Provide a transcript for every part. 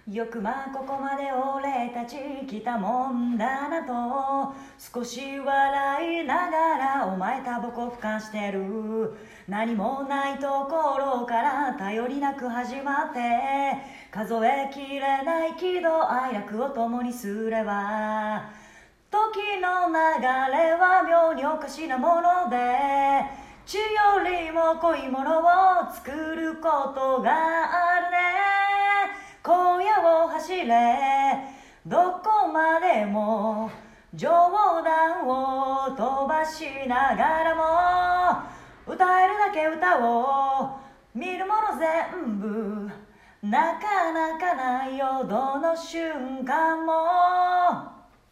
よくまあここまで俺たち来たもんだなと少し笑いながらお前タバコふかしてる何もないところから頼りなく始まって数えきれない喜怒哀楽を共にすれば時の流れは妙におかしなもので血よりも濃いものを作ることがあるね荒野を走れどこまでも冗談を飛ばしながらも歌えるだけ歌おう見るもの全部なかなかないよどの瞬間も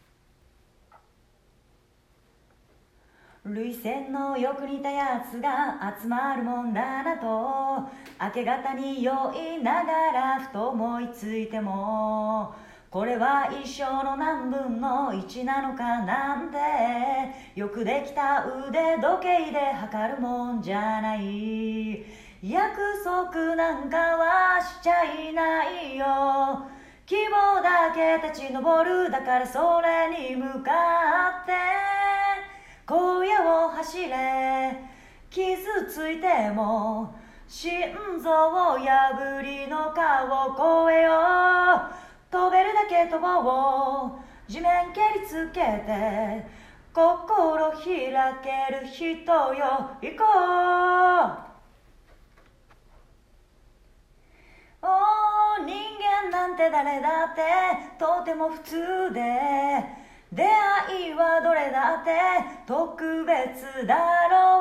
涙腺のよく似たやつが集まるもんだなと明け方に酔いながらふと思いついてもこれは一生の何分の1なのかなんてよくできた腕時計で測るもんじゃない約束なんかはしちゃいないよ希望だけ立ち上るだからそれに向かって荒野を走れ傷ついても心臓を破りの川を越えよう飛べるだけ飛ぼう地面蹴りつけて心開ける人よ行こうお人間なんて誰だってとても普通で出会いはどれだって特別だろ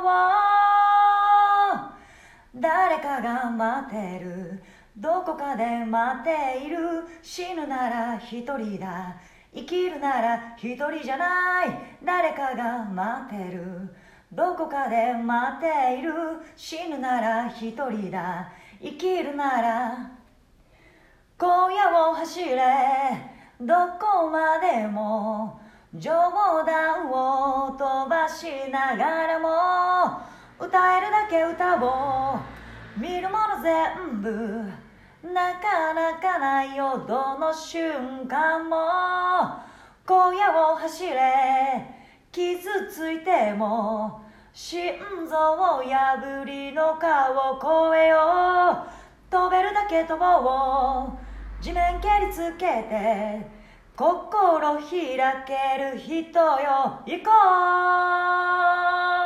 う誰かが待ってるどこかで待っている死ぬなら一人だ生きるなら一人じゃない誰かが待ってるどこかで待っている死ぬなら一人だ生きるなら荒野を走れどこまでも冗談を飛ばしながらも歌えるだけ歌おう見るもの全部なかなかないよどの瞬間も荒野を走れ傷ついても心臓を破りの川を越えよう飛べるだけ飛ぼう地面蹴りつけて心開ける人よ行こう